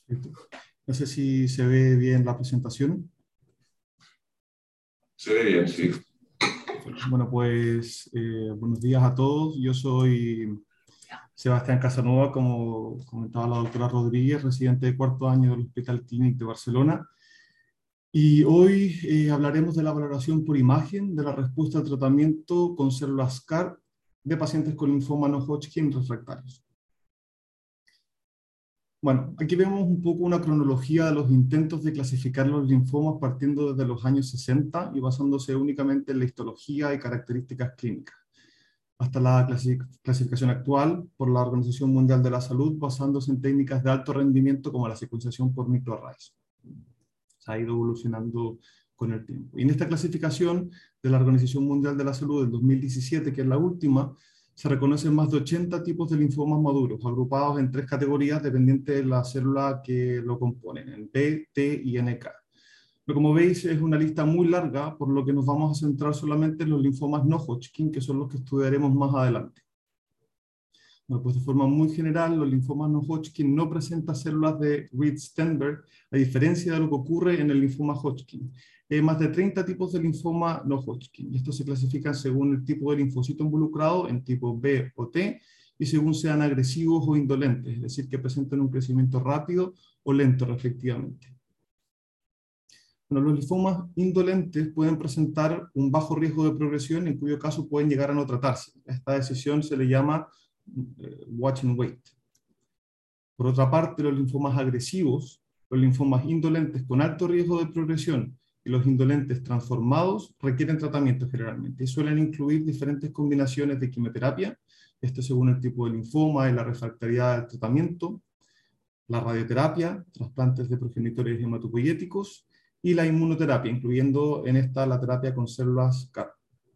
Perfecto. No sé si se ve bien la presentación. Se ve bien, sí. Perfecto. Bueno, pues buenos días a todos. Yo soy Sebastián Casanova, como comentaba la doctora Rodríguez, residente de cuarto año del Hospital Clínic de Barcelona. Y hoy hablaremos de la valoración por imagen de la respuesta al tratamiento con células CAR de pacientes con linfoma no Hodgkin refractarios. Bueno, aquí vemos un poco una cronología de los intentos de clasificar los linfomas partiendo desde los años 60 y basándose únicamente en la histología y características clínicas, hasta la clasificación actual por la Organización Mundial de la Salud, basándose en técnicas de alto rendimiento como la secuenciación por microarrays. Se ha ido evolucionando con el tiempo. Y en esta clasificación de la Organización Mundial de la Salud del 2017, que es la última, se reconocen más de 80 tipos de linfomas maduros, agrupados en 3 categorías dependientes de la célula que lo componen, en B, T y NK. Pero como veis, es una lista muy larga, por lo que nos vamos a centrar solamente en los linfomas no Hodgkin, que son los que estudiaremos más adelante. Bueno, pues de forma muy general, los linfomas no Hodgkin no presentan células de Reed-Sternberg, a diferencia de lo que ocurre en el linfoma Hodgkin. Hay más de 30 tipos de linfoma no Hodgkin, y estos se clasifican según el tipo de linfocito involucrado, en tipo B o T, y según sean agresivos o indolentes, es decir, que presenten un crecimiento rápido o lento respectivamente. Bueno, los linfomas indolentes pueden presentar un bajo riesgo de progresión, en cuyo caso pueden llegar a no tratarse. A esta decisión se le llama watch and wait. Por otra parte, los linfomas agresivos, los linfomas indolentes con alto riesgo de progresión y los indolentes transformados requieren tratamiento generalmente y suelen incluir diferentes combinaciones de quimioterapia, esto según el tipo de linfoma y la refractariedad del tratamiento, la radioterapia, trasplantes de progenitores hematopoyéticos y la inmunoterapia, incluyendo en esta la terapia con células CAR.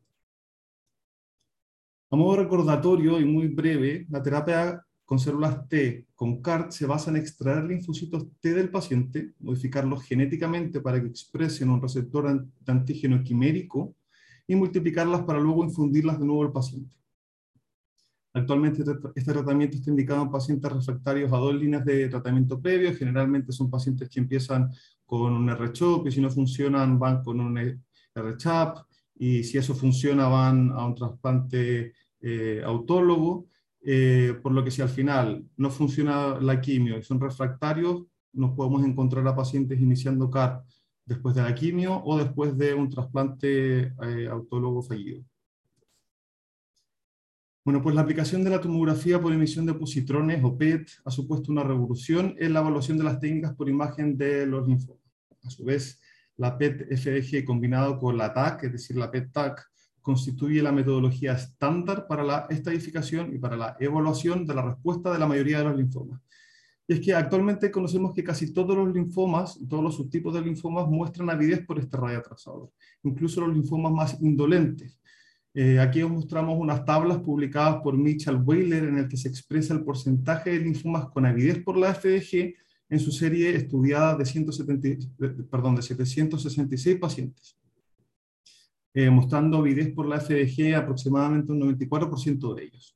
A modo recordatorio y muy breve, la terapia con células T con CAR se basa en extraer linfocitos T del paciente, modificarlos genéticamente para que expresen un receptor de antígeno quimérico y multiplicarlas para luego infundirlas de nuevo al paciente. Actualmente este tratamiento está indicado en pacientes refractarios a 2 líneas de tratamiento previo. Generalmente son pacientes que empiezan con un R-CHOP y si no funcionan van con un R-CHAP y si eso funciona van a un trasplante autólogo. Por lo que si al final no funciona la quimio y son refractarios, nos podemos encontrar a pacientes iniciando CAR después de la quimio o después de un trasplante autólogo fallido. Bueno, pues la aplicación de la tomografía por emisión de positrones o PET ha supuesto una revolución en la evaluación de las técnicas por imagen de los linfomas. A su vez, la PET-FDG combinado con la TAC, es decir, la PET-TAC, constituye la metodología estándar para la estadificación y para la evaluación de la respuesta de la mayoría de los linfomas. Y es que actualmente conocemos que casi todos los linfomas, todos los subtipos de linfomas muestran avidez por este radioatrasador, incluso los linfomas más indolentes. Aquí os mostramos unas tablas publicadas por Mitchell Weiler en el que se expresa el porcentaje de linfomas con avidez por la FDG en su serie estudiada de 766 pacientes, mostrando avidez por la FDG aproximadamente un 94% de ellos.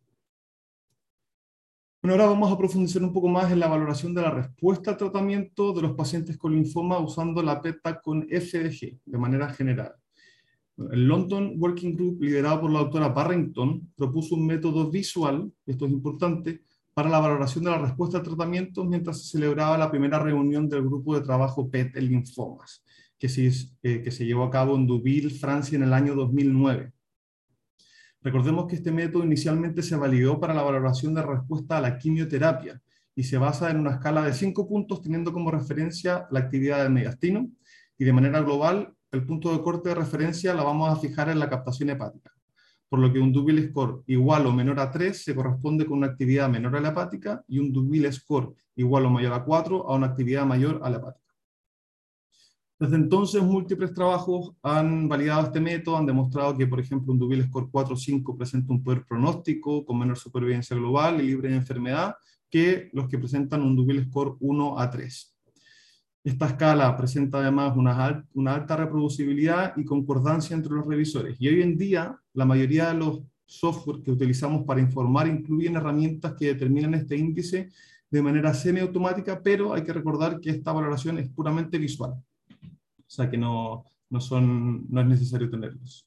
Bueno, ahora vamos a profundizar un poco más en la valoración de la respuesta al tratamiento de los pacientes con linfoma usando la PET-TAC con FDG de manera general. El London Working Group, liderado por la doctora Barrington, propuso un método visual, esto es importante, para la valoración de la respuesta al tratamiento mientras se celebraba la primera reunión del grupo de trabajo PET en linfomas, que se llevó a cabo en Deauville, Francia, en el año 2009. Recordemos que este método inicialmente se validó para la valoración de respuesta a la quimioterapia y se basa en una escala de 5 puntos teniendo como referencia la actividad del mediastino y de manera global el punto de corte de referencia la vamos a fijar en la captación hepática, por lo que un Deauville score igual o menor a 3 se corresponde con una actividad menor a la hepática y un Deauville score igual o mayor a 4 a una actividad mayor a la hepática. Desde entonces, múltiples trabajos han validado este método, han demostrado que, por ejemplo, un Deauville score 4 o 5 presenta un peor pronóstico, con menor supervivencia global y libre de enfermedad, que los que presentan un Deauville score 1 a 3. Esta escala presenta además una alta reproducibilidad y concordancia entre los revisores. Y hoy en día, la mayoría de los software que utilizamos para informar incluyen herramientas que determinan este índice de manera semiautomática, pero hay que recordar que esta valoración es puramente visual. O sea que no es necesario tenerlos.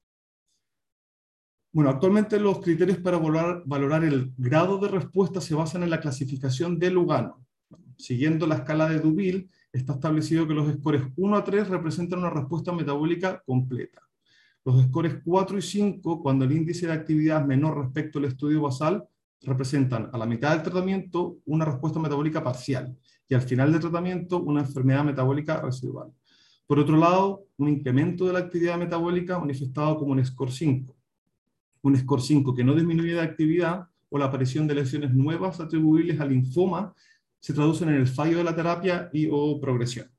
Bueno, actualmente los criterios para valorar el grado de respuesta se basan en la clasificación de Lugano. Siguiendo la escala de Deauville, está establecido que los scores 1 a 3 representan una respuesta metabólica completa. Los scores 4 y 5, cuando el índice de actividad es menor respecto al estudio basal, representan a la mitad del tratamiento una respuesta metabólica parcial y al final del tratamiento una enfermedad metabólica residual. Por otro lado, un incremento de la actividad metabólica manifestado como un score 5. Un score 5 que no disminuye de actividad o la aparición de lesiones nuevas atribuibles al linfoma se traducen en el fallo de la terapia y o progresión.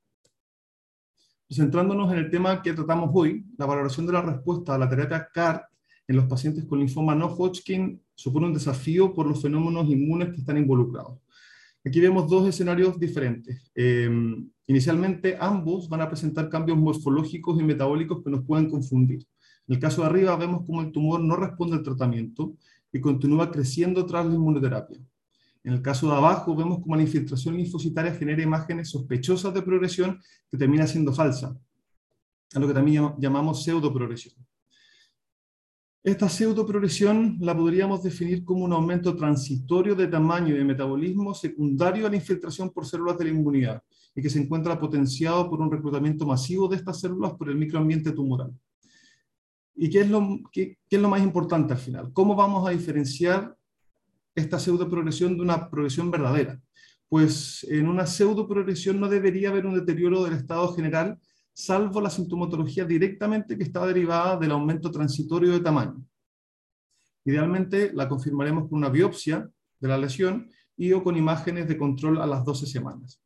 Centrándonos en el tema que tratamos hoy, la valoración de la respuesta a la terapia CAR en los pacientes con linfoma no Hodgkin supone un desafío por los fenómenos inmunes que están involucrados. Aquí vemos dos escenarios diferentes. Inicialmente, ambos van a presentar cambios morfológicos y metabólicos que nos pueden confundir. En el caso de arriba vemos cómo el tumor no responde al tratamiento y continúa creciendo tras la inmunoterapia. En el caso de abajo vemos cómo la infiltración linfocitaria genera imágenes sospechosas de progresión que termina siendo falsa, a lo que también llamamos pseudoprogresión. Esta pseudoprogresión la podríamos definir como un aumento transitorio de tamaño y de metabolismo secundario a la infiltración por células de la inmunidad y que se encuentra potenciado por un reclutamiento masivo de estas células por el microambiente tumoral. ¿Y qué es lo más importante al final? ¿Cómo vamos a diferenciar esta pseudoprogresión de una progresión verdadera? Pues en una pseudoprogresión no debería haber un deterioro del estado general, salvo la sintomatología directamente que está derivada del aumento transitorio de tamaño. Idealmente la confirmaremos con una biopsia de la lesión y o con imágenes de control a las 12 semanas.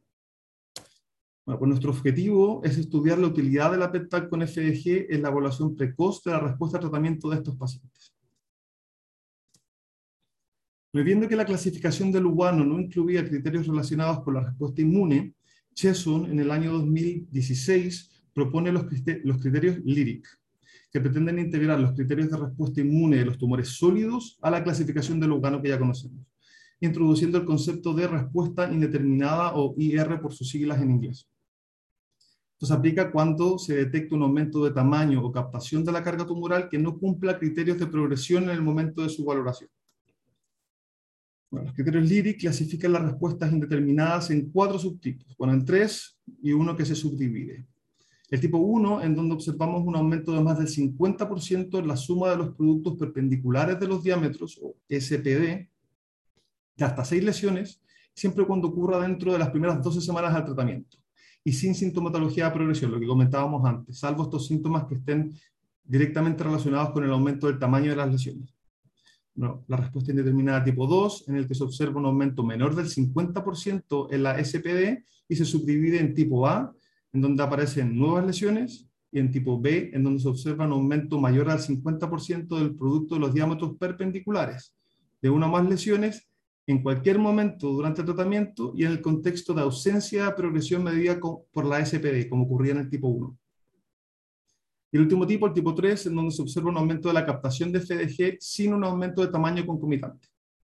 Bueno, pues nuestro objetivo es estudiar la utilidad de la PET-TAC con FDG en la evaluación precoz de la respuesta al tratamiento de estos pacientes. Viendo que la clasificación de Lugano no incluía criterios relacionados con la respuesta inmune, Cheson en el año 2016 propone los criterios LYRIC, que pretenden integrar los criterios de respuesta inmune de los tumores sólidos a la clasificación de Lugano que ya conocemos, introduciendo el concepto de respuesta indeterminada o IR por sus siglas en inglés. Esto se aplica cuando se detecta un aumento de tamaño o captación de la carga tumoral que no cumpla criterios de progresión en el momento de su valoración. Bueno, los criterios LYRIC clasifican las respuestas indeterminadas en 4 subtipos, bueno, en 3 y uno que se subdivide. El tipo 1, en donde observamos un aumento de más del 50% en la suma de los productos perpendiculares de los diámetros, o SPD, de hasta 6 lesiones, siempre cuando ocurra dentro de las primeras 12 semanas del tratamiento, y sin sintomatología de progresión, lo que comentábamos antes, salvo estos síntomas que estén directamente relacionados con el aumento del tamaño de las lesiones. No, la respuesta indeterminada tipo 2, en el que se observa un aumento menor del 50% en la SPD y se subdivide en tipo A, en donde aparecen nuevas lesiones, y en tipo B, en donde se observa un aumento mayor al 50% del producto de los diámetros perpendiculares, de una o más lesiones, en cualquier momento durante el tratamiento y en el contexto de ausencia de progresión medida por la SPD, como ocurría en el tipo 1. Y el último tipo, el tipo 3, en donde se observa un aumento de la captación de FDG sin un aumento de tamaño concomitante.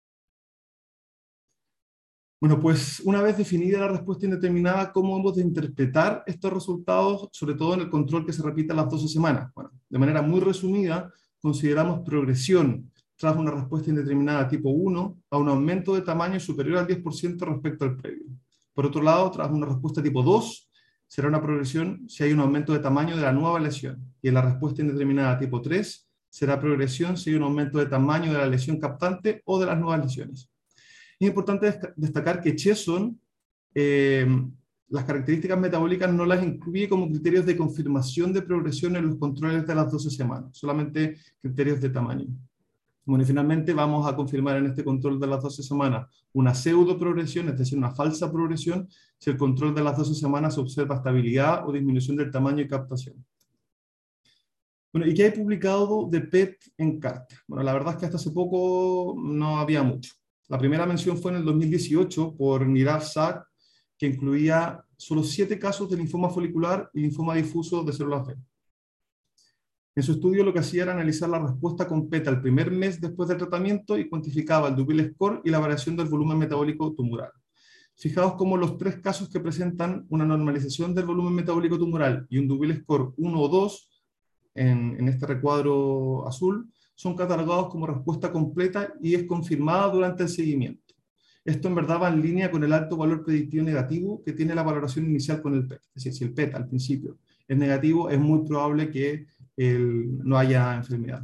Bueno, pues una vez definida la respuesta indeterminada, ¿cómo hemos de interpretar estos resultados, sobre todo en el control que se repite a las 12 semanas? Bueno, de manera muy resumida, consideramos progresión tras una respuesta indeterminada tipo 1 a un aumento de tamaño superior al 10% respecto al previo. Por otro lado, tras una respuesta tipo 2, será una progresión si hay un aumento de tamaño de la nueva lesión. Y en la respuesta indeterminada tipo 3, será progresión si hay un aumento de tamaño de la lesión captante o de las nuevas lesiones. Es importante destacar que Cheson las características metabólicas no las incluye como criterios de confirmación de progresión en los controles de las 12 semanas, solamente criterios de tamaño. Bueno, y finalmente vamos a confirmar en este control de las 12 semanas una pseudo progresión, es decir, una falsa progresión, si el control de las 12 semanas observa estabilidad o disminución del tamaño y captación. Bueno, ¿y qué hay publicado de PET en CART? Bueno, la verdad es que hasta hace poco no había mucho. La primera mención fue en el 2018 por Nirav Sar, que incluía solo 7 casos de linfoma folicular y linfoma difuso de células B. En su estudio lo que hacía era analizar la respuesta con PET al primer mes después del tratamiento y cuantificaba el Dupil score y la variación del volumen metabólico tumoral. Fijaos cómo los tres casos que presentan una normalización del volumen metabólico tumoral y un Dupil score 1 o 2 en este recuadro azul son catalogados como respuesta completa y es confirmada durante el seguimiento. Esto en verdad va en línea con el alto valor predictivo negativo que tiene la valoración inicial con el PET. Es decir, si el PET al principio es negativo, es muy probable que no haya enfermedad.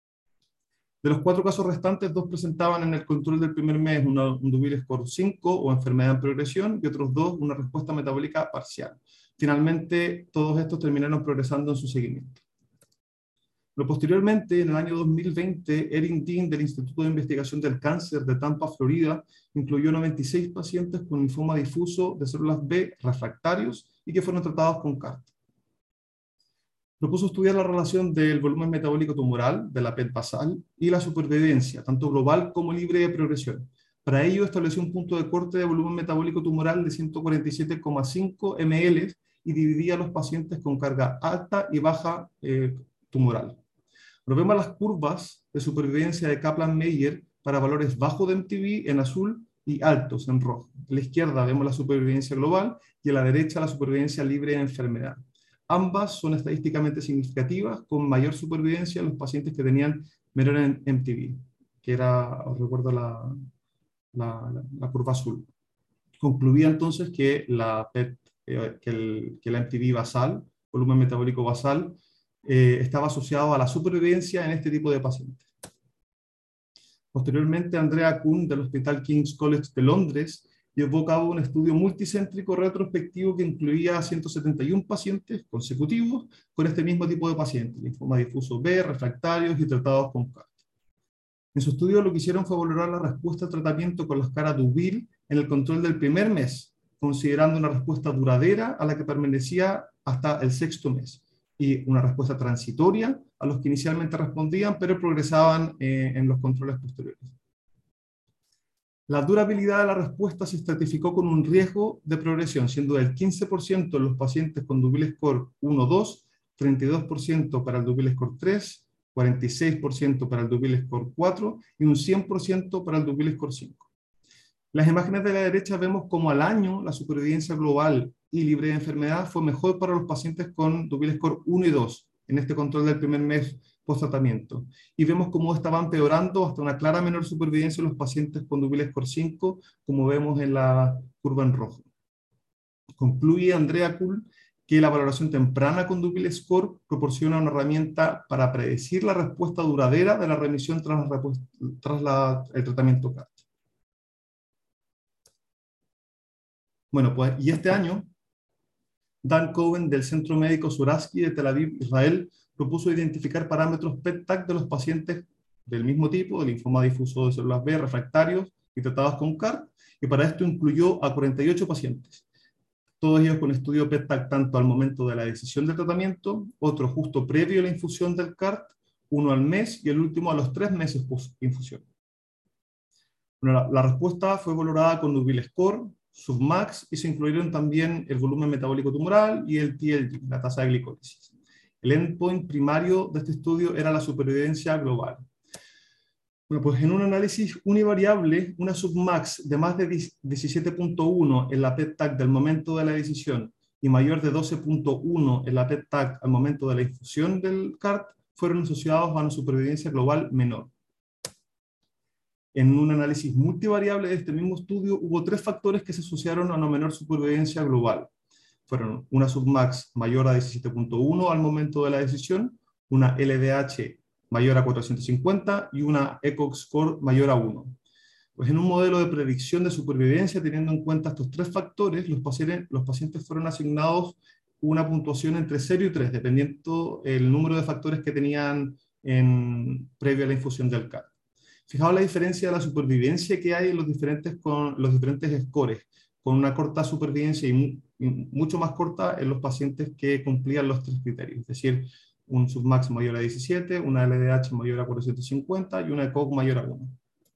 De los 4 casos restantes, 2 presentaban en el control del primer mes un Dupil score 5 o enfermedad en progresión y otros 2 una respuesta metabólica parcial. Finalmente, todos estos terminaron progresando en su seguimiento. Pero posteriormente, en el año 2020, Erin Dean del Instituto de Investigación del Cáncer de Tampa, Florida, incluyó 96 pacientes con linfoma difuso de células B refractarios y que fueron tratados con CAR-T. Propuso estudiar la relación del volumen metabólico tumoral, de la PET basal, y la supervivencia, tanto global como libre de progresión. Para ello estableció un punto de corte de volumen metabólico tumoral de 147,5 ml y dividía a los pacientes con carga alta y baja tumoral. Nos vemos las curvas de supervivencia de Kaplan-Meier para valores bajos de MTV en azul y altos en rojo. A la izquierda vemos la supervivencia global y a la derecha la supervivencia libre de enfermedad. Ambas son estadísticamente significativas, con mayor supervivencia en los pacientes que tenían menor en MTV, que era, os recuerdo, la curva azul. Concluía entonces que la PET, que la MTV basal, volumen metabólico basal, estaba asociado a la supervivencia en este tipo de pacientes. Posteriormente, Andrea Kuhn del Hospital King's College de Londres llevó a cabo un estudio multicéntrico retrospectivo que incluía a 171 pacientes consecutivos con este mismo tipo de pacientes, linfoma difuso B, refractarios y tratados con CAR-T. En su estudio lo que hicieron fue valorar la respuesta al tratamiento con las caras Dupil en el control del primer mes, considerando una respuesta duradera a la que permanecía hasta el 6º mes, y una respuesta transitoria a los que inicialmente respondían, pero progresaban en los controles posteriores. La durabilidad de la respuesta se estratificó con un riesgo de progresión, siendo del 15% en los pacientes con Dupil score 1-2, 32% para el Dupil score 3, 46% para el Dupil score 4 y un 100% para el Dupil score 5. En las imágenes de la derecha vemos cómo al año la supervivencia global y libre de enfermedad fue mejor para los pacientes con Dupil score 1 y 2, en este control del primer mes post-tratamiento. Y vemos cómo estaban empeorando hasta una clara menor supervivencia en los pacientes con Dupil score 5, como vemos en la curva en rojo. Concluye Andrea Kuhl que la valoración temprana con Dupil score proporciona una herramienta para predecir la respuesta duradera de la remisión tras el tratamiento CAR. Bueno, pues, y este año, Dan Cohen del Centro Médico Sourasky de Tel Aviv, Israel, propuso identificar parámetros PET-TAC de los pacientes del mismo tipo, de linfoma difuso de células B, refractarios y tratados con CAR, y para esto incluyó a 48 pacientes, todos ellos con estudio PET-TAC tanto al momento de la decisión del tratamiento, otro justo previo a la infusión del CAR, uno al mes y el último a los 3 meses post-infusión. Bueno, la respuesta fue valorada con Dupil score, submax, y se incluyeron también el volumen metabólico tumoral y el TLG, la tasa de glicólisis. El endpoint primario de este estudio era la supervivencia global. Bueno, pues en un análisis univariable, una submax de más de 17.1 en la PET-TAC del momento de la decisión y mayor de 12.1 en la PET-TAC al momento de la infusión del CAR-T fueron asociados a una supervivencia global menor. En un análisis multivariable de este mismo estudio, hubo 3 factores que se asociaron a una menor supervivencia global. Fueron una submax mayor a 17.1 al momento de la decisión, una LDH mayor a 450 y una ECOG score mayor a 1. Pues en un modelo de predicción de supervivencia, teniendo en cuenta estos 3 factores, los pacientes fueron asignados una puntuación entre 0 y 3, dependiendo el número de factores que tenían previo a la infusión del CAR. Fijaos la diferencia de la supervivencia que hay en los diferentes scores, con una corta supervivencia y mucho más corta en los pacientes que cumplían los 3 criterios, es decir, un submax mayor a 17, una LDH mayor a 450 y una ECOG mayor a 1.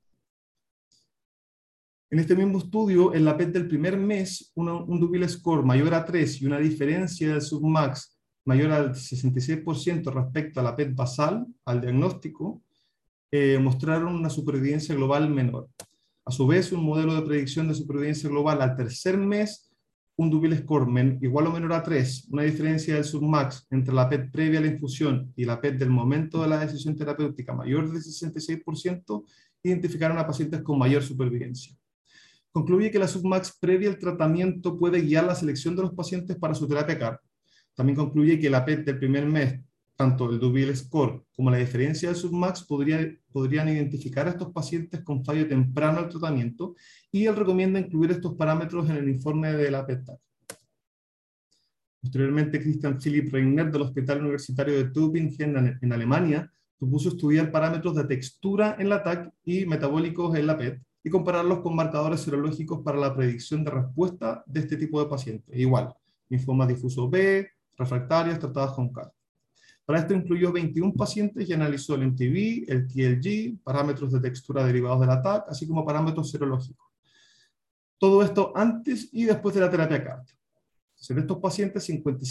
En este mismo estudio, en la PET del primer mes, un Dupil score mayor a 3 y una diferencia del submax mayor al 66% respecto a la PET basal, al diagnóstico, mostraron una supervivencia global menor. A su vez, un modelo de predicción de supervivencia global al tercer mes, un Dubile score igual o menor a 3, una diferencia del submax entre la PET previa a la infusión y la PET del momento de la decisión terapéutica mayor del 66%, identificaron a pacientes con mayor supervivencia. Concluye que la submax previa al tratamiento puede guiar la selección de los pacientes para su terapia CAR. También concluye que la PET del primer mes, tanto el Dubile score como la diferencia del submax podrían identificar a estos pacientes con fallo temprano al tratamiento, y él recomienda incluir estos parámetros en el informe de la PET-TAC. Posteriormente, Christian Philipp Reigner del Hospital Universitario de Tübingen en Alemania propuso estudiar parámetros de textura en la TAC y metabólicos en la PET y compararlos con marcadores serológicos para la predicción de respuesta de este tipo de pacientes. Igual, linfoma difuso B, refractarias tratadas con CAR. Para esto incluyó 21 pacientes y analizó el MTV, el TLG, parámetros de textura derivados de la TAC, así como parámetros serológicos. Todo esto antes y después de la terapia CAR. En estos pacientes,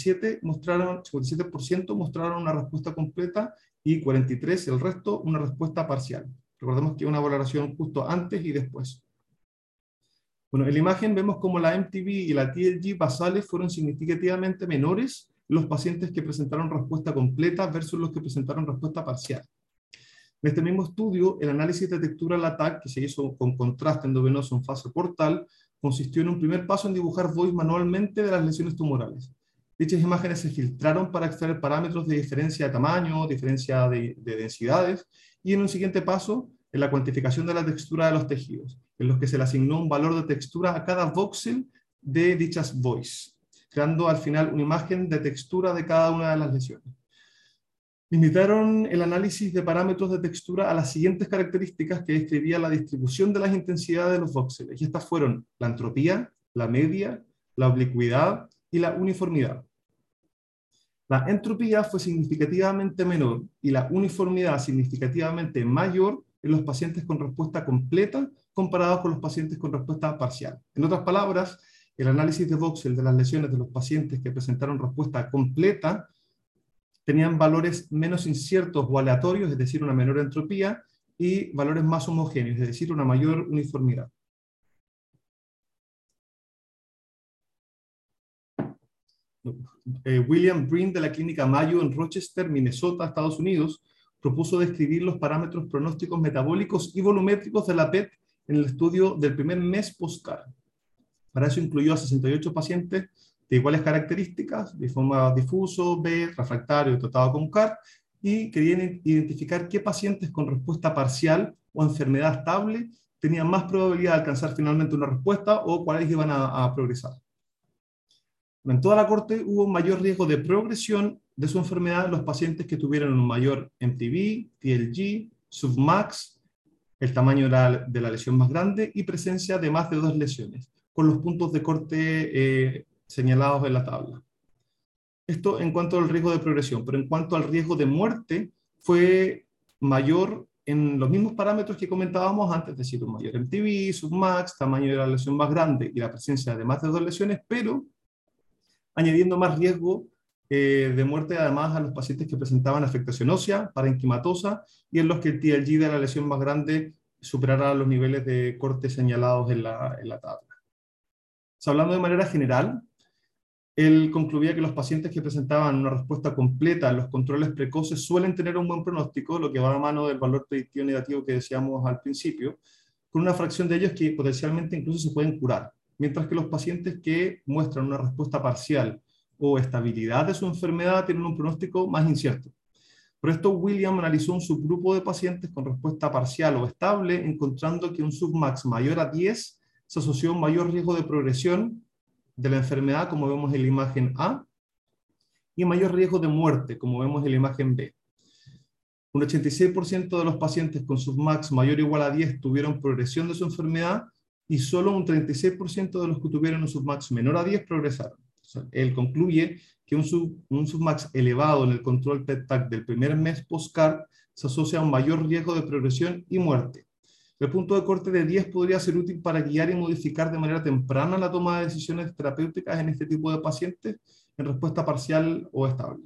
57% mostraron una respuesta completa y 43%, el resto, una respuesta parcial. Recordemos que una valoración justo antes y después. Bueno, en la imagen vemos como la MTV y la TLG basales fueron significativamente menores en los pacientes que presentaron respuesta completa versus los que presentaron respuesta parcial. En este mismo estudio, el análisis de textura de la TAC, que se hizo con contraste endovenoso en fase portal, consistió en un primer paso en dibujar voids manualmente de las lesiones tumorales. Dichas imágenes se filtraron para extraer parámetros de diferencia de tamaño, diferencia de densidades, y en un siguiente paso, en la cuantificación de la textura de los tejidos, en los que se le asignó un valor de textura a cada voxel de dichas voids, creando al final una imagen de textura de cada una de las lesiones. Limitaron el análisis de parámetros de textura a las siguientes características que describía la distribución de las intensidades de los voxeles, y estas fueron la entropía, la media, la oblicuidad y la uniformidad. La entropía fue significativamente menor y la uniformidad significativamente mayor en los pacientes con respuesta completa comparados con los pacientes con respuesta parcial. En otras palabras, el análisis de voxel de las lesiones de los pacientes que presentaron respuesta completa tenían valores menos inciertos o aleatorios, es decir, una menor entropía, y valores más homogéneos, es decir, una mayor uniformidad. William Breen de la clínica Mayo en Rochester, Minnesota, Estados Unidos, propuso describir los parámetros pronósticos metabólicos y volumétricos de la PET en el estudio del primer mes post-CAR. Para eso incluyó a 68 pacientes de iguales características, linfoma difuso, B, refractario, tratado con CAR, y querían identificar qué pacientes con respuesta parcial o enfermedad estable tenían más probabilidad de alcanzar finalmente una respuesta o cuáles iban a progresar. En toda la corte hubo un mayor riesgo de progresión de su enfermedad en los pacientes que tuvieron un mayor MTV, TLG, submax, el tamaño de la lesión más grande y presencia de más de 2 lesiones, con los puntos de corte señalados en la tabla. Esto en cuanto al riesgo de progresión, pero en cuanto al riesgo de muerte fue mayor en los mismos parámetros que comentábamos antes, es decir, un mayor MTV, submax, tamaño de la lesión más grande y la presencia de más de 2 lesiones, pero añadiendo más riesgo de muerte además a los pacientes que presentaban afectación ósea, parenquimatosa, y en los que el TLG de la lesión más grande superara los niveles de corte señalados en la tabla. Hablando de manera general, él concluía que los pacientes que presentaban una respuesta completa a los controles precoces suelen tener un buen pronóstico, lo que va a mano del valor predictivo negativo que decíamos al principio, con una fracción de ellos que potencialmente incluso se pueden curar, mientras que los pacientes que muestran una respuesta parcial o estabilidad de su enfermedad tienen un pronóstico más incierto. Por esto, William analizó un subgrupo de pacientes con respuesta parcial o estable, encontrando que un submax mayor a 10 se asoció a un mayor riesgo de progresión de la enfermedad, como vemos en la imagen A, y mayor riesgo de muerte, como vemos en la imagen B. Un 86% de los pacientes con submax mayor o igual a 10 tuvieron progresión de su enfermedad, y solo un 36% de los que tuvieron un submax menor a 10 progresaron. O sea, él concluye que un submax elevado en el control PET-TAC del primer mes post-CAR se asocia a un mayor riesgo de progresión y muerte. El punto de corte de 10 podría ser útil para guiar y modificar de manera temprana la toma de decisiones terapéuticas en este tipo de pacientes, en respuesta parcial o estable.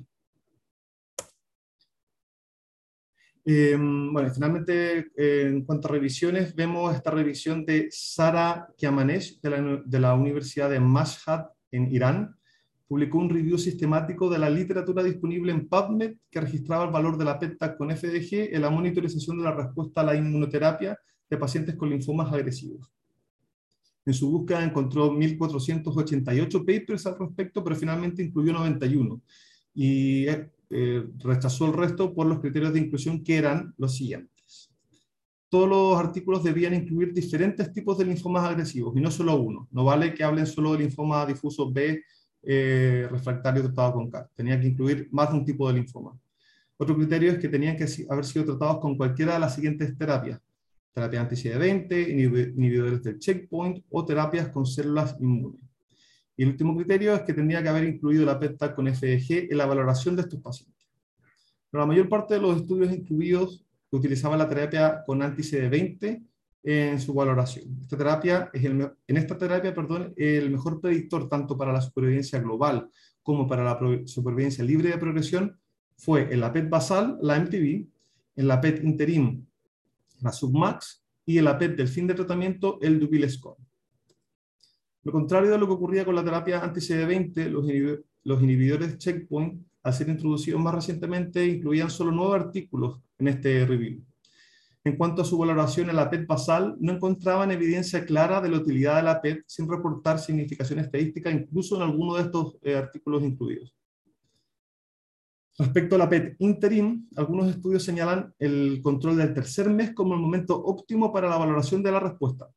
Bueno, finalmente, en cuanto a revisiones, vemos esta revisión de Sara Kiamanesh de la Universidad de Mashhad en Irán. Publicó un review sistemático de la literatura disponible en PubMed que registraba el valor de la PET-TAC con FDG en la monitorización de la respuesta a la inmunoterapia de pacientes con linfomas agresivos. En su búsqueda encontró 1.488 papers al respecto, pero finalmente incluyó 91. Y rechazó el resto por los criterios de inclusión que eran los siguientes. Todos los artículos debían incluir diferentes tipos de linfomas agresivos, y no solo uno. No vale que hablen solo de linfoma difuso B refractario tratado con CAR. Tenía que incluir más de un tipo de linfoma. Otro criterio es que tenían que haber sido tratados con cualquiera de las siguientes terapias: terapia anti-CD20, inhibidores del checkpoint o terapias con células inmunes. Y el último criterio es que tendría que haber incluido la PET-TAC con FDG en la valoración de estos pacientes. Pero la mayor parte de los estudios incluidos utilizaban la terapia con anti-CD20 en su valoración. Esta terapia es el mejor predictor tanto para la supervivencia global como para la supervivencia libre de progresión fue en la PET basal, la MTV, en la PET interim, la Submax, y en la PET del fin de tratamiento, el Dupil Score. Lo contrario de lo que ocurría con la terapia anti-CD20, los inhibidores checkpoint, al ser introducidos más recientemente, incluían solo 9 artículos en este review. En cuanto a su valoración en la PET basal, no encontraban evidencia clara de la utilidad de la PET sin reportar significación estadística, incluso en alguno de estos artículos incluidos. Respecto a la PET interim, algunos estudios señalan el control del tercer mes como el momento óptimo para la valoración de la respuesta.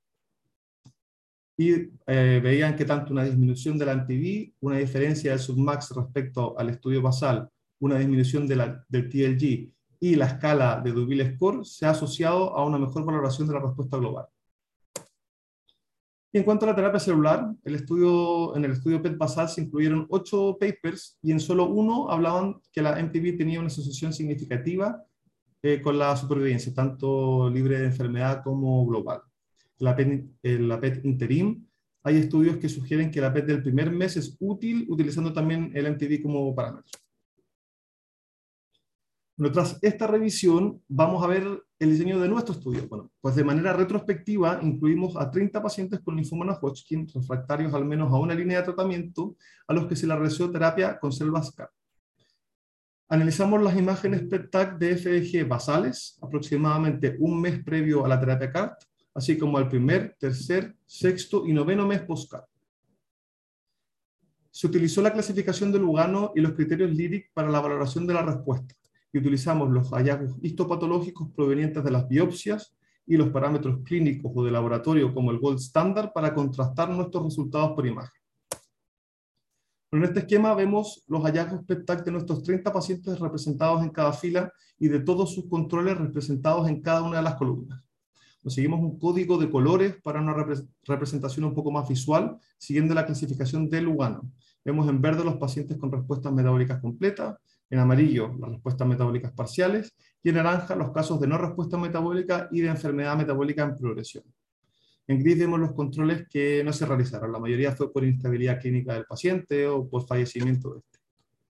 Y veían que tanto una disminución de la MTV, una diferencia del submax respecto al estudio basal, una disminución del TLG y la escala de Dupil Score se ha asociado a una mejor valoración de la respuesta global. Y en cuanto a la terapia celular, en el estudio PET basal se incluyeron 8 papers y en solo uno hablaban que la MTV tenía una asociación significativa con la supervivencia, tanto libre de enfermedad como global. La PET interim, hay estudios que sugieren que la PET del primer mes es útil, utilizando también el MTV como parámetro. Bueno, tras esta revisión, vamos a ver el diseño de nuestro estudio. Bueno, pues de manera retrospectiva, incluimos a 30 pacientes con linfoma no-Hodgkin, refractarios al menos a una línea de tratamiento, a los que se les realizó terapia con células CAR. Analizamos las imágenes PET-TAC de FDG basales, aproximadamente un mes previo a la terapia CAR, así como al primer, tercer, sexto y noveno mes post-CAR. Se utilizó la clasificación de Lugano y los criterios LYRIC para la valoración de la respuesta, y utilizamos los hallazgos histopatológicos provenientes de las biopsias y los parámetros clínicos o de laboratorio como el gold standard para contrastar nuestros resultados por imagen. En este esquema vemos los hallazgos PET-TAC de nuestros 30 pacientes representados en cada fila y de todos sus controles representados en cada una de las columnas. Nos seguimos un código de colores para una representación un poco más visual, siguiendo la clasificación de Lugano. Vemos en verde los pacientes con respuestas metabólicas completas, en amarillo las respuestas metabólicas parciales, y en naranja los casos de no respuesta metabólica y de enfermedad metabólica en progresión. En gris vemos los controles que no se realizaron. La mayoría fue por inestabilidad clínica del paciente o por fallecimiento de este.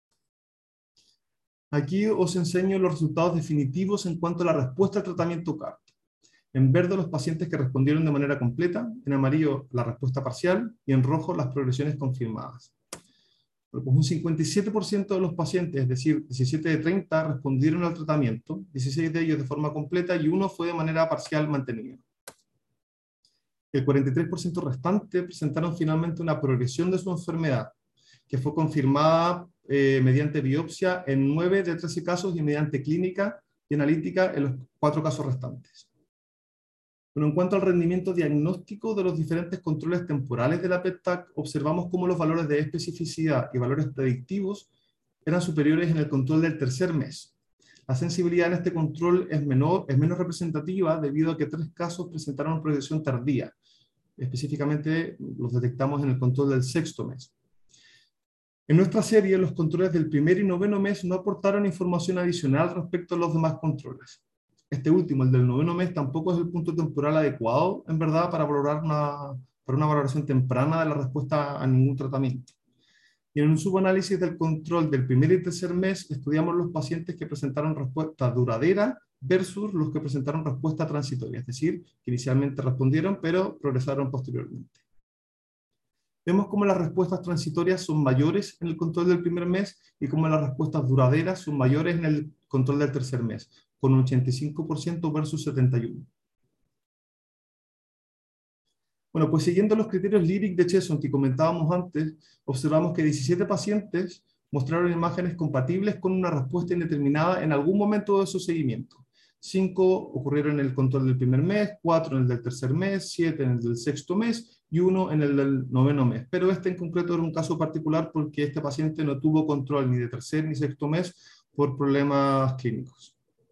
Aquí os enseño los resultados definitivos en cuanto a la respuesta al tratamiento CAR. En verde los pacientes que respondieron de manera completa, en amarillo la respuesta parcial y en rojo las progresiones confirmadas. Pues un 57% de los pacientes, es decir, 17 de 30, respondieron al tratamiento, 16 de ellos de forma completa y uno fue de manera parcial mantenido. El 43% restante presentaron finalmente una progresión de su enfermedad, que fue confirmada mediante biopsia en 9 de 13 casos y mediante clínica y analítica en los 4 casos restantes. Bueno, en cuanto al rendimiento diagnóstico de los diferentes controles temporales de la PET-TAC, observamos cómo los valores de especificidad y valores predictivos eran superiores en el control del tercer mes. La sensibilidad en este control es menos representativa debido a que 3 casos presentaron progresión tardía. Específicamente los detectamos en el control del sexto mes. En nuestra serie, los controles del primer y noveno mes no aportaron información adicional respecto a los demás controles. Este último, el del noveno mes, tampoco es el punto temporal adecuado, en verdad, para una valoración temprana de la respuesta a ningún tratamiento. Y en un subanálisis del control del primer y tercer mes, estudiamos los pacientes que presentaron respuesta duradera versus los que presentaron respuesta transitoria, es decir, que inicialmente respondieron, pero progresaron posteriormente. Vemos cómo las respuestas transitorias son mayores en el control del primer mes y cómo las respuestas duraderas son mayores en el control del tercer mes, con un 85% versus 71%. Bueno, pues siguiendo los criterios LYRIC de Chesson que comentábamos antes, observamos que 17 pacientes mostraron imágenes compatibles con una respuesta indeterminada en algún momento de su seguimiento. 5 ocurrieron en el control del primer mes, 4 en el del tercer mes, 7 en el del sexto mes y 1 en el del noveno mes. Pero este en concreto era un caso particular porque este paciente no tuvo control ni de tercer ni sexto mes por problemas clínicos.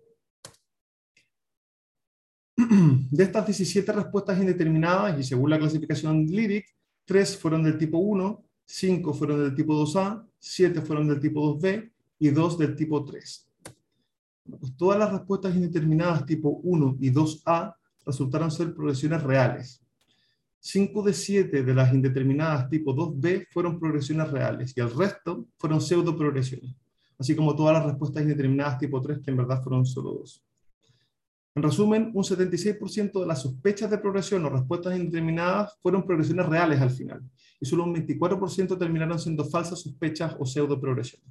De estas 17 respuestas indeterminadas, y según la clasificación LYRIC, 3 fueron del tipo 1, 5 fueron del tipo 2A, 7 fueron del tipo 2B y 2 del tipo 3. Pues todas las respuestas indeterminadas tipo 1 y 2A resultaron ser progresiones reales. 5 de 7 de las indeterminadas tipo 2B fueron progresiones reales y el resto fueron pseudo progresiones, así como todas las respuestas indeterminadas tipo 3 que en verdad fueron solo 2. En resumen, un 76% de las sospechas de progresión o respuestas indeterminadas fueron progresiones reales al final, y solo un 24% terminaron siendo falsas sospechas o pseudo progresiones.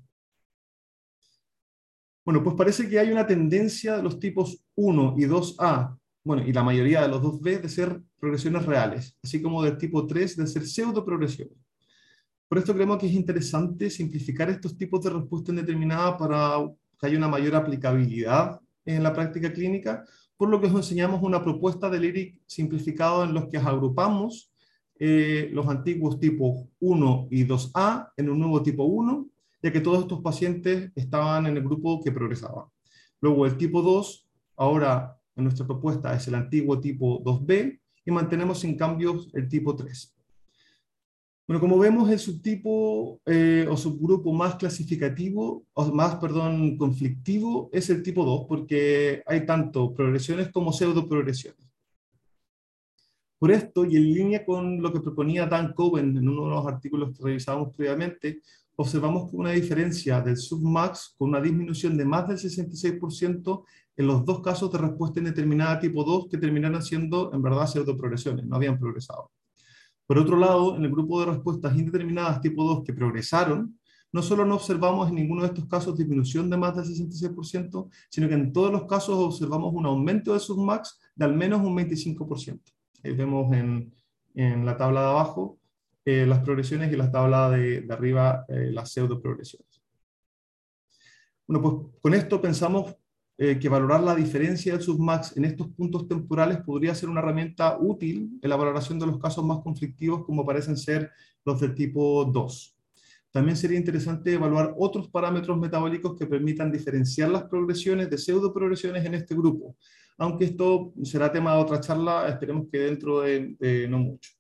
Bueno, pues parece que hay una tendencia de los tipos 1 y 2A, bueno, y la mayoría de los 2B de ser progresiones reales, así como del tipo 3 de ser pseudo progresiones. Por esto creemos que es interesante simplificar estos tipos de respuesta indeterminada para que haya una mayor aplicabilidad en la práctica clínica, por lo que os enseñamos una propuesta de LYRIC simplificado en los que agrupamos los antiguos tipos 1 y 2A en un nuevo tipo 1, ya que todos estos pacientes estaban en el grupo que progresaba. Luego el tipo 2, ahora en nuestra propuesta es el antiguo tipo 2B, y mantenemos sin cambios el tipo 3. Bueno, como vemos, el subtipo o subgrupo más clasificativo, o más, perdón, conflictivo, es el tipo 2, porque hay tanto progresiones como pseudo progresiones. Por esto, y en línea con lo que proponía Dan Cohen en uno de los artículos que revisábamos previamente, observamos una diferencia del submax con una disminución de más del 66% en los dos casos de respuesta indeterminada tipo 2 que terminaron siendo, en verdad, pseudo progresiones, no habían progresado. Por otro lado, en el grupo de respuestas indeterminadas tipo 2 que progresaron, no solo no observamos en ninguno de estos casos disminución de más del 66%, sino que en todos los casos observamos un aumento de submax de al menos un 25%. Ahí vemos en la tabla de abajo las progresiones y la tabla de arriba las pseudo progresiones. Bueno, pues con esto pensamos que valorar la diferencia del submax en estos puntos temporales podría ser una herramienta útil en la valoración de los casos más conflictivos como parecen ser los del tipo 2. También sería interesante evaluar otros parámetros metabólicos que permitan diferenciar las progresiones de pseudoprogresiones en este grupo, aunque esto será tema de otra charla, esperemos que dentro de no mucho.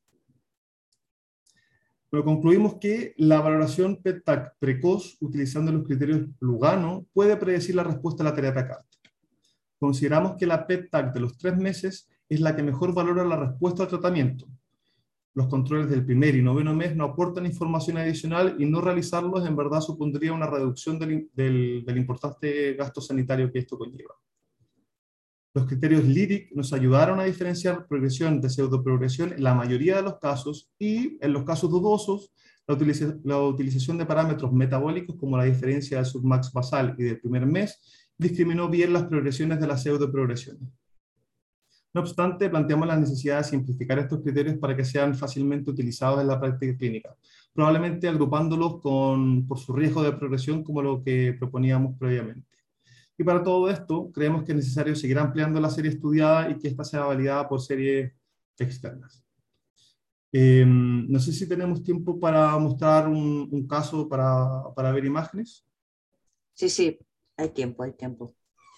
Pero concluimos que la valoración PET-TAC precoz, utilizando los criterios Lugano, puede predecir la respuesta a la terapia CAR. Consideramos que la PET-TAC de los 3 meses es la que mejor valora la respuesta al tratamiento. Los controles del primer y noveno mes no aportan información adicional y no realizarlos en verdad supondría una reducción del importante gasto sanitario que esto conlleva. Los criterios LYRIC nos ayudaron a diferenciar progresión de pseudoprogresión en la mayoría de los casos y, en los casos dudosos, la utilización de parámetros metabólicos como la diferencia del submax basal y del primer mes discriminó bien las progresiones de las pseudoprogresiones. No obstante, planteamos la necesidad de simplificar estos criterios para que sean fácilmente utilizados en la práctica clínica, probablemente agrupándolos por su riesgo de progresión como lo que proponíamos previamente. Y para todo esto, creemos que es necesario seguir ampliando la serie estudiada y que ésta sea validada por series externas. No sé si tenemos tiempo para mostrar un caso para ver imágenes. Sí, hay tiempo, hay tiempo.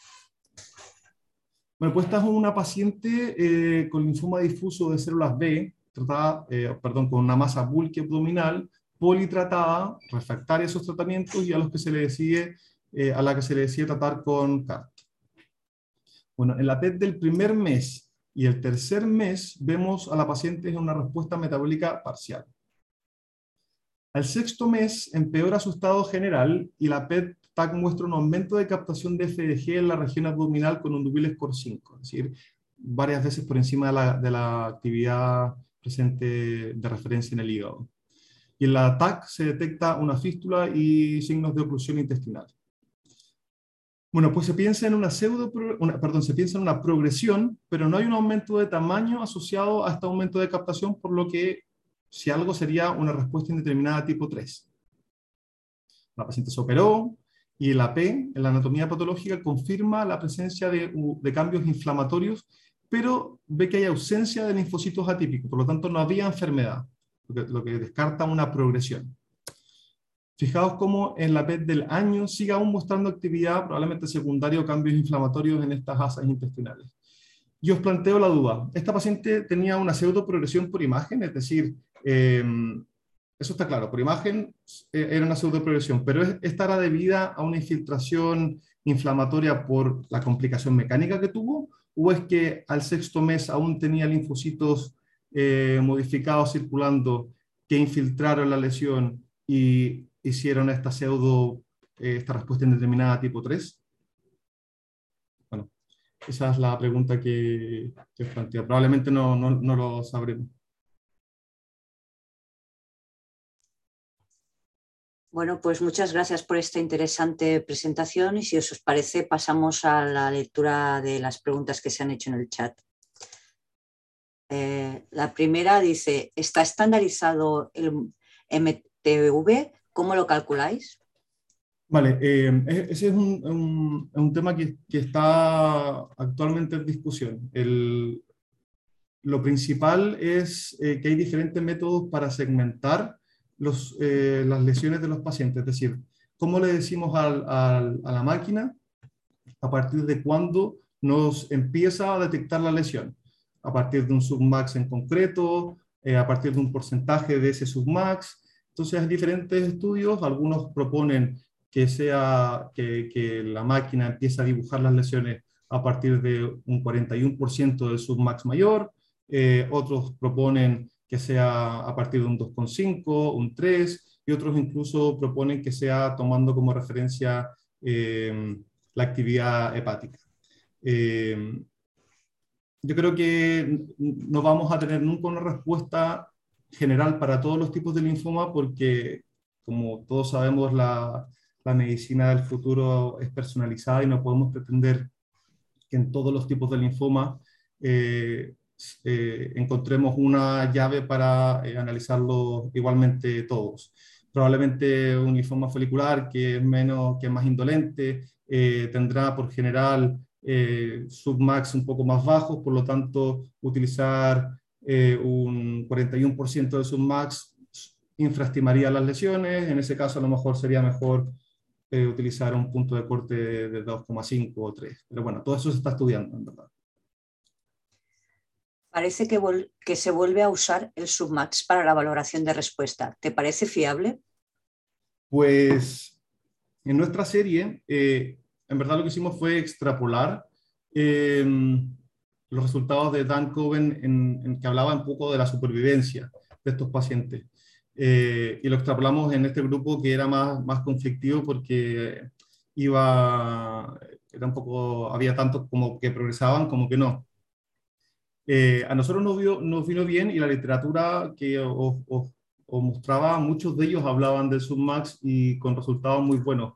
Bueno, pues esta es una paciente con linfoma difuso de células B, tratada, con una masa bulky abdominal, politratada, refractaria a esos tratamientos y a la que se le decide tratar con CAR. Bueno, en la PET del primer mes y el tercer mes vemos a la paciente en una respuesta metabólica parcial. Al sexto mes empeora su estado general y la PET-TAC muestra un aumento de captación de FDG en la región abdominal con un Dubile score 5, es decir, varias veces por encima de la actividad presente de referencia en el hígado. Y en la TAC se detecta una fístula y signos de oclusión intestinal. Bueno, pues se piensa en se piensa en una progresión, pero no hay un aumento de tamaño asociado a este aumento de captación, por lo que si algo sería una respuesta indeterminada tipo 3. La paciente se operó y la P, en la anatomía patológica, confirma la presencia de cambios inflamatorios, pero ve que hay ausencia de linfocitos atípicos, por lo tanto no había enfermedad, lo que descarta una progresión. Fijaos cómo en la PET del año sigue aún mostrando actividad, probablemente secundaria o cambios inflamatorios en estas asas intestinales. Y os planteo la duda. Esta paciente tenía una pseudoprogresión por imagen, es decir, eso está claro, por imagen era una pseudoprogresión, pero ¿esta era debida a una infiltración inflamatoria por la complicación mecánica que tuvo? ¿O es que al sexto mes aún tenía linfocitos modificados circulando que infiltraron la lesión y hicieron esta respuesta indeterminada tipo 3? Bueno, esa es la pregunta que os planteo. Probablemente no lo sabremos. Bueno, pues muchas gracias por esta interesante presentación y si os parece pasamos a la lectura de las preguntas que se han hecho en el chat. La primera dice, ¿está estandarizado el MTV? ¿Cómo lo calculáis? Vale, ese es un tema que está actualmente en discusión. Lo principal es que hay diferentes métodos para segmentar las lesiones de los pacientes, es decir, cómo le decimos a la máquina a partir de cuándo nos empieza a detectar la lesión, a partir de un submax en concreto, a partir de un porcentaje de ese submax. Entonces hay diferentes estudios, algunos proponen que la máquina empiece a dibujar las lesiones a partir de un 41% del submax mayor, otros proponen que sea a partir de un 2,5, un 3, y otros incluso proponen que sea tomando como referencia la actividad hepática. Yo creo que no vamos a tener nunca una respuesta general para todos los tipos de linfoma porque, como todos sabemos, la medicina del futuro es personalizada y no podemos pretender que en todos los tipos de linfoma encontremos una llave para analizarlos igualmente todos. Probablemente un linfoma folicular que es más indolente, tendrá por general submax un poco más bajos, por lo tanto utilizar un 41% de submax infraestimaría las lesiones. En ese caso a lo mejor sería mejor utilizar un punto de corte de 2,5 o 3. Pero bueno, todo eso se está estudiando, en verdad. Parece que se vuelve a usar el submax para la valoración de respuesta. ¿Te parece fiable? Pues en nuestra serie, en verdad lo que hicimos fue extrapolar los resultados de Dan Coven en que hablaba un poco de la supervivencia de estos pacientes. Y lo extrapolamos en este grupo que era más conflictivo porque había tantos como que progresaban como que no. A nosotros nos vino bien y la literatura que os mostraba, muchos de ellos hablaban del submax y con resultados muy buenos.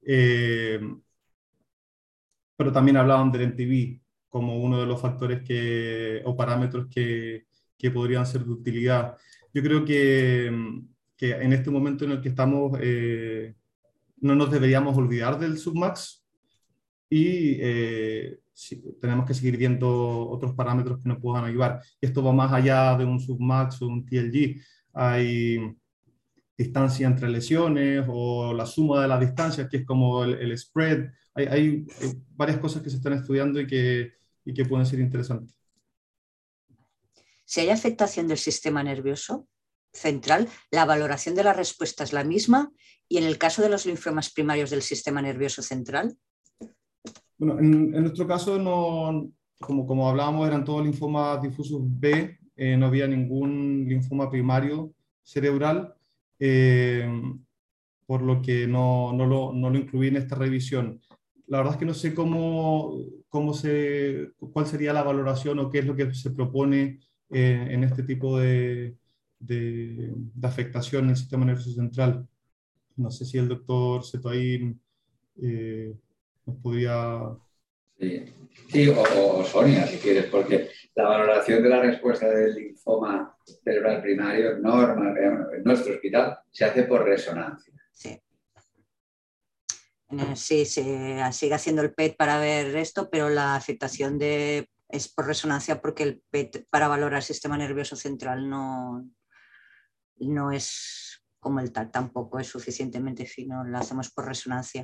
Pero también hablaban del MTV como uno de los factores o parámetros que podrían ser de utilidad. Yo creo que en este momento en el que estamos no nos deberíamos olvidar del submax y tenemos que seguir viendo otros parámetros que nos puedan ayudar. Esto va más allá de un submax o un TLG. Hay distancia entre lesiones o la suma de las distancias, que es como el spread. Hay varias cosas que se están estudiando y que pueden ser interesantes. Si hay afectación del sistema nervioso central, la valoración de la respuesta es la misma y en el caso de los linfomas primarios del sistema nervioso central. Bueno, en nuestro caso, como hablábamos, eran todos linfomas difusos B, no había ningún linfoma primario cerebral. eh, por lo que no lo incluí en esta revisión. La verdad es que no sé cuál sería la valoración o qué es lo que se propone en este tipo de afectación en el sistema nervioso central. No sé si el doctor Setoaín nos podría... Sí, sí, o Sonia, si quieres, porque la valoración de la respuesta del linfoma cerebral primario en nuestro hospital se hace por resonancia. Sí. Sí, se sigue haciendo el PET para ver esto, pero la afectación es por resonancia porque el PET para valorar el sistema nervioso central no es como el TAC, tampoco es suficientemente fino, lo hacemos por resonancia.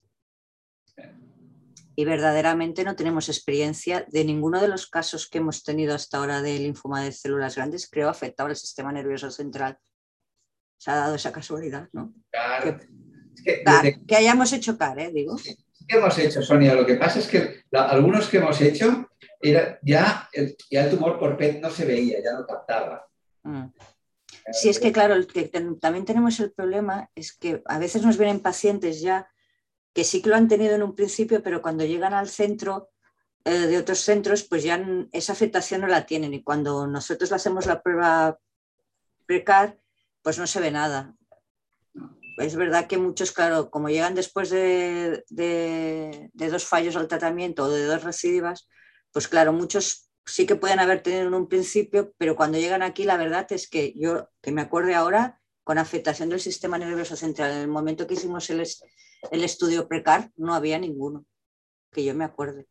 Y verdaderamente no tenemos experiencia de ninguno de los casos que hemos tenido hasta ahora de linfoma de células grandes, creo, afectado al sistema nervioso central. Se ha dado esa casualidad, ¿no? CAR, que hayamos hecho CAR, digo. ¿Qué hemos hecho, Sonia? Lo que pasa es que algunos que hemos hecho, ya el tumor por PET no se veía, ya no captaba. Sí, es que claro, también tenemos el problema, es que a veces nos vienen pacientes ya que sí que lo han tenido en un principio, pero cuando llegan al centro de otros centros, pues ya esa afectación no la tienen. Y cuando nosotros le hacemos la prueba pre-CAR, pues no se ve nada. Es verdad que muchos, claro, como llegan después de 2 fallos al tratamiento o de 2 recidivas, pues claro, muchos sí que pueden haber tenido en un principio, pero cuando llegan aquí, la verdad es que yo, que me acuerde ahora, con afectación del sistema nervioso central, en el momento que hicimos el estudio pre-CAR, no había ninguno, que yo me acuerde.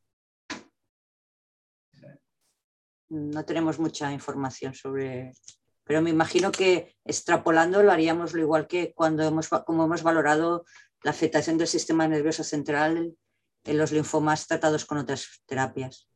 No tenemos mucha información sobre... Pero me imagino que extrapolando lo haríamos lo igual que como hemos valorado la afectación del sistema nervioso central en los linfomas tratados con otras terapias.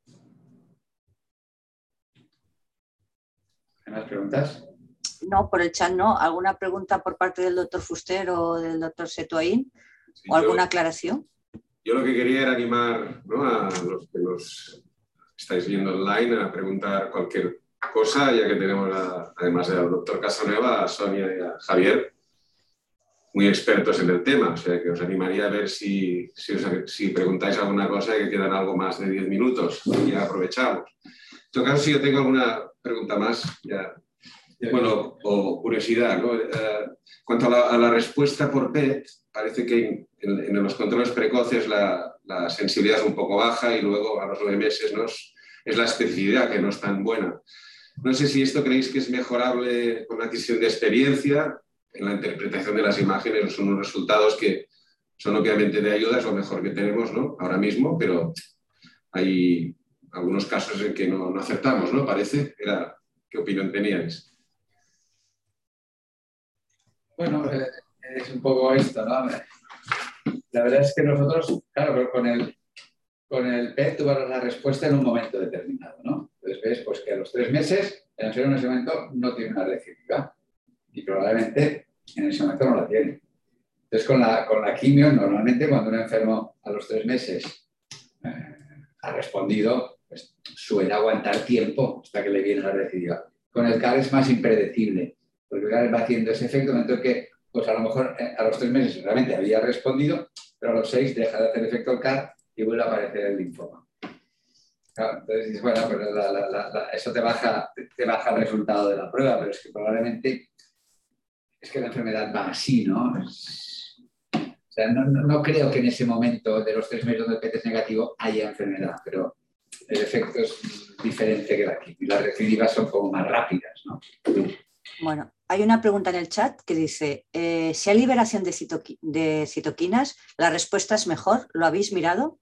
¿Hay más preguntas? No, por el chat no. ¿Alguna pregunta por parte del doctor Fuster o del doctor Setoaín? Sí, ¿o alguna aclaración? Yo lo que quería era animar, ¿no?, a los que nos estáis viendo online a preguntar cualquier cosa, ya que tenemos, además del doctor Casanueva, a Sonia y a Javier, muy expertos en el tema. O sea, que os animaría a ver si preguntáis alguna cosa y que quedan algo más de 10 minutos y ya aprovechamos. En todo caso, si yo tengo alguna pregunta más, ya... Bueno, o curiosidad, ¿no? Cuanto a la respuesta por PET, parece que en los controles precoces la sensibilidad es un poco baja y luego a los 9 meses, ¿no?, es la especificidad que no es tan buena. No sé si esto creéis que es mejorable con la adquisición de experiencia en la interpretación de las imágenes. Son unos resultados que son obviamente de ayuda, es lo mejor que tenemos, ¿no?, ahora mismo, pero hay algunos casos en que no acertamos, ¿no? Parece. ¿Qué opinión teníais? Bueno, es un poco esto, ¿no? La verdad es que nosotros, claro, con el PET tú vas a la respuesta en un momento determinado, ¿no? Entonces ves pues, que a los 3 meses, el enfermo en ese momento no tiene una recidiva y probablemente en ese momento no la tiene. Entonces con la quimio, normalmente cuando un enfermo a los 3 meses ha respondido, pues suele aguantar tiempo hasta que le viene la recidiva. Con el CAR es más impredecible, porque el CAR va haciendo ese efecto, en el momento que pues a lo mejor a los 3 meses realmente había respondido, pero a los 6 deja de hacer efecto el CAR y vuelve a aparecer el linfoma. Claro, entonces dices, bueno, pero eso te baja el resultado de la prueba, pero es que probablemente es que la enfermedad va así, ¿no? O sea, no creo que en ese momento de los 3 meses donde el PET es negativo haya enfermedad, pero el efecto es diferente que la quimio. Las recidivas son como más rápidas, ¿no? Bueno, hay una pregunta en el chat que dice, si hay liberación de citoquinas, ¿la respuesta es mejor? ¿Lo habéis mirado?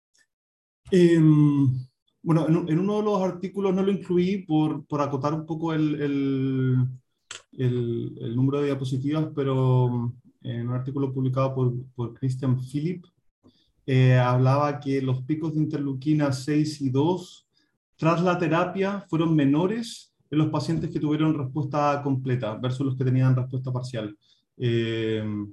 Bueno, en uno de los artículos no lo incluí por acotar un poco el número de diapositivas, pero en un artículo publicado por Christian Philipp, hablaba que los picos de interleuquina 6 y 2 tras la terapia fueron menores en los pacientes que tuvieron respuesta completa versus los que tenían respuesta parcial. Eso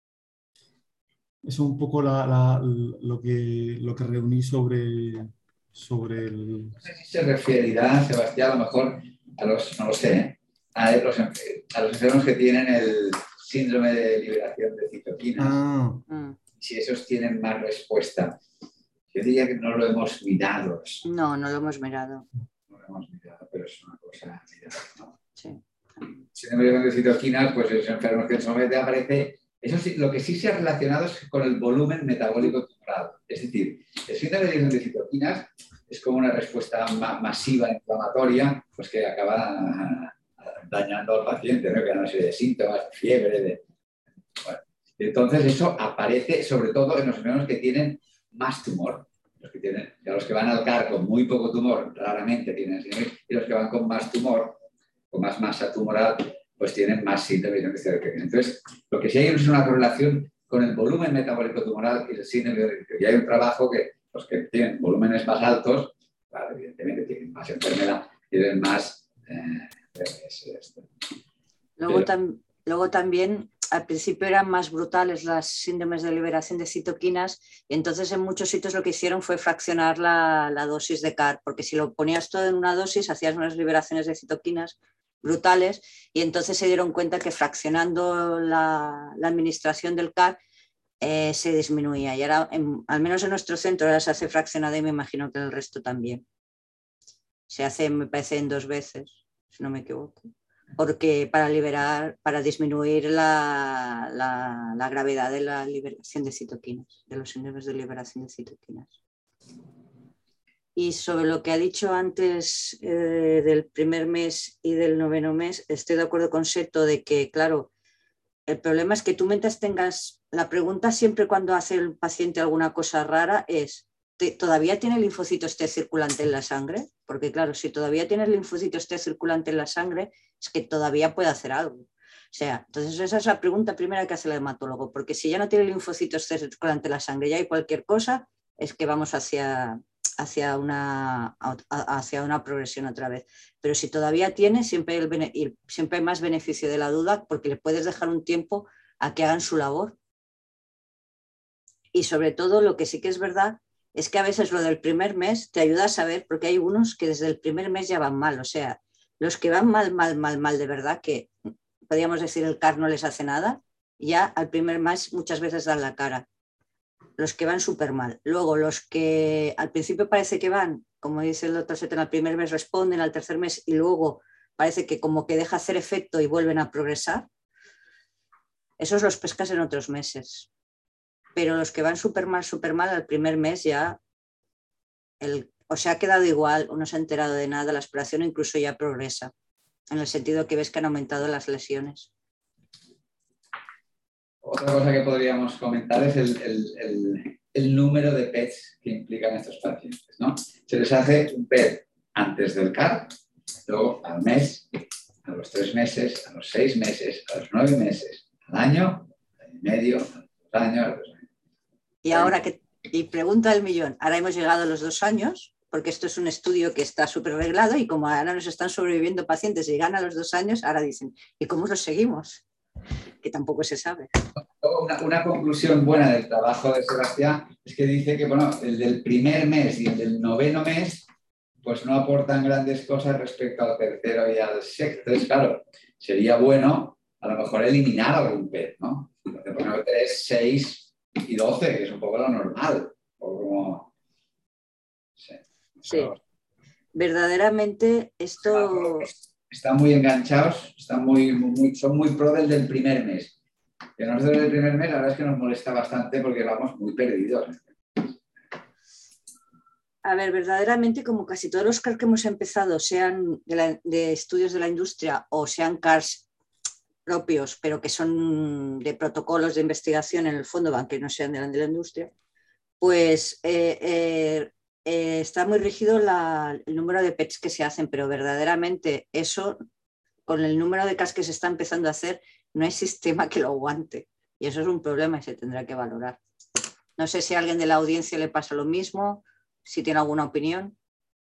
es un poco lo que reuní sobre el... No sé si se referirá, Sebastián, a lo mejor a los, no lo sé, a los enfermos que tienen el síndrome de liberación de citoquinas, si esos tienen más respuesta. Yo diría que no lo hemos mirado. No lo hemos mirado. No lo hemos mirado, pero es una cosa mirada, ¿no? Sí. Síndrome de citoquinas, pues esos enfermos que en su momento aparece. Eso sí, lo que sí se ha relacionado es con el volumen metabólico tumoral. Es decir, el síndrome de citoquinas es como una respuesta masiva inflamatoria, pues que acaba dañando al paciente, ¿no? Que hay una serie de síntomas, de fiebre, bueno. Entonces eso aparece sobre todo en los enfermos que tienen más tumor. Los que van al CAR con muy poco tumor raramente tienen síndrome, y los que van con más tumor, con más masa tumoral, pues tienen más síndrome de citoquinas. Entonces, lo que sí hay es una correlación con el volumen metabólico tumoral y el síndrome de citoquinas. Y hay un trabajo que los que tienen volúmenes más altos, claro, evidentemente tienen más enfermedad, tienen más... Luego también, al principio eran más brutales las síndromes de liberación de citoquinas y entonces en muchos sitios lo que hicieron fue fraccionar la dosis de CAR, porque si lo ponías todo en una dosis hacías unas liberaciones de citoquinas brutales y entonces se dieron cuenta que fraccionando la administración del CAR se disminuía y ahora, al menos en nuestro centro, ahora se hace fraccionada y me imagino que en el resto también. Se hace, me parece, en 2 veces, si no me equivoco. Porque para disminuir la gravedad de la liberación de citoquinas, de los síndromes de liberación de citoquinas. Y sobre lo que ha dicho antes del primer mes y del 9º mes, estoy de acuerdo con Seto de que, claro, el problema es que tú mientras tengas... La pregunta siempre cuando hace el paciente alguna cosa rara es ¿todavía tiene linfocitos T circulante en la sangre? Porque claro, si todavía tienes linfocitos T circulante en la sangre, es que todavía puede hacer algo. O sea, entonces esa es la pregunta primera que hace el hematólogo, porque si ya no tiene linfocitos T circulante en la sangre, ya hay cualquier cosa, es que vamos hacia una progresión otra vez. Pero si todavía tiene, siempre hay más beneficio de la duda porque le puedes dejar un tiempo a que hagan su labor. Y sobre todo lo que sí que es verdad es que a veces lo del primer mes te ayuda a saber, porque hay unos que desde el primer mes ya van mal, o sea, los que van mal de verdad, que podríamos decir el CAR no les hace nada, ya al primer mes muchas veces dan la cara. Los que van súper mal. Luego los que al principio parece que van, como dice el doctor Seto, al primer mes responden, al tercer mes y luego parece que como que deja hacer efecto y vuelven a progresar, esos los pescas en otros meses. Pero los que van súper mal, al primer mes ya o se ha quedado igual o no se ha enterado de nada, la exploración incluso ya progresa, en el sentido que ves que han aumentado las lesiones. Otra cosa que podríamos comentar es el número de PETs que implican estos pacientes, ¿no? Se les hace un PET antes del CAR, luego al mes, a los 3 meses, a los 6 meses, a los 9 meses, al año y medio, a los 2 años, a los 2 años. Y ahora y pregunta del millón, ahora hemos llegado a los 2 años, porque esto es un estudio que está súper reglado y como ahora nos están sobreviviendo pacientes y llegan a los 2 años, ahora dicen, ¿y cómo los seguimos? Que tampoco se sabe. Una conclusión buena del trabajo de Sebastián es que dice que bueno, el del primer mes y el del 9º mes pues no aportan grandes cosas respecto al tercero y al sexto. Entonces, claro, sería bueno a lo mejor eliminar algún PET, ¿no? Entonces, bueno, 3, 6 y 12, que es un poco lo normal. O como... Sí. Verdaderamente esto... Están muy enganchados, son muy pro del primer mes. Que nosotros del primer mes la verdad es que nos molesta bastante porque vamos muy perdidos. A ver, verdaderamente como casi todos los CARs que hemos empezado, sean de estudios de la industria o sean CARs propios, pero que son de protocolos de investigación en el fondo, aunque no sean de la industria, pues está muy rígido el número de PETs que se hacen, pero verdaderamente eso, con el número de CARs que se está empezando a hacer, no hay sistema que lo aguante. Y eso es un problema y se tendrá que valorar. No sé si a alguien de la audiencia le pasa lo mismo, si tiene alguna opinión.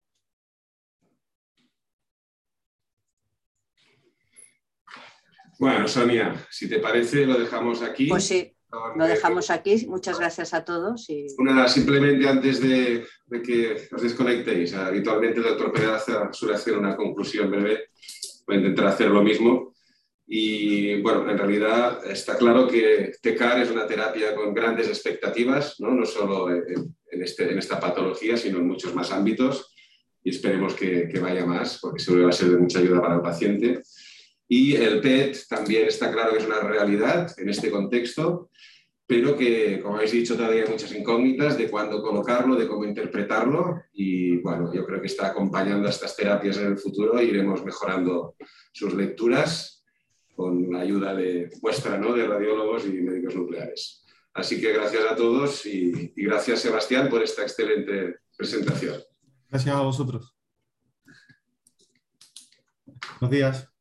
Bueno, Sonia, si te parece, lo dejamos aquí. Pues sí, lo dejamos aquí. Muchas gracias a todos. Simplemente antes de que os desconectéis, habitualmente el doctor Pedraza suele hacer una conclusión breve. voy a intentar hacer lo mismo. Y bueno, en realidad está claro que TCAR es una terapia con grandes expectativas, no solo en esta patología, sino en muchos más ámbitos, y esperemos que vaya más, porque seguro que va a ser de mucha ayuda para el paciente. Y el PET también está claro que es una realidad en este contexto, pero que, como habéis dicho, todavía hay muchas incógnitas de cuándo colocarlo, de cómo interpretarlo, y bueno, yo creo que está acompañando a estas terapias en el futuro e iremos mejorando sus lecturas con la ayuda de vuestra, ¿no?, de radiólogos y médicos nucleares. Así que gracias a todos y gracias, Sebastián, por esta excelente presentación. Gracias a vosotros. Buenos días.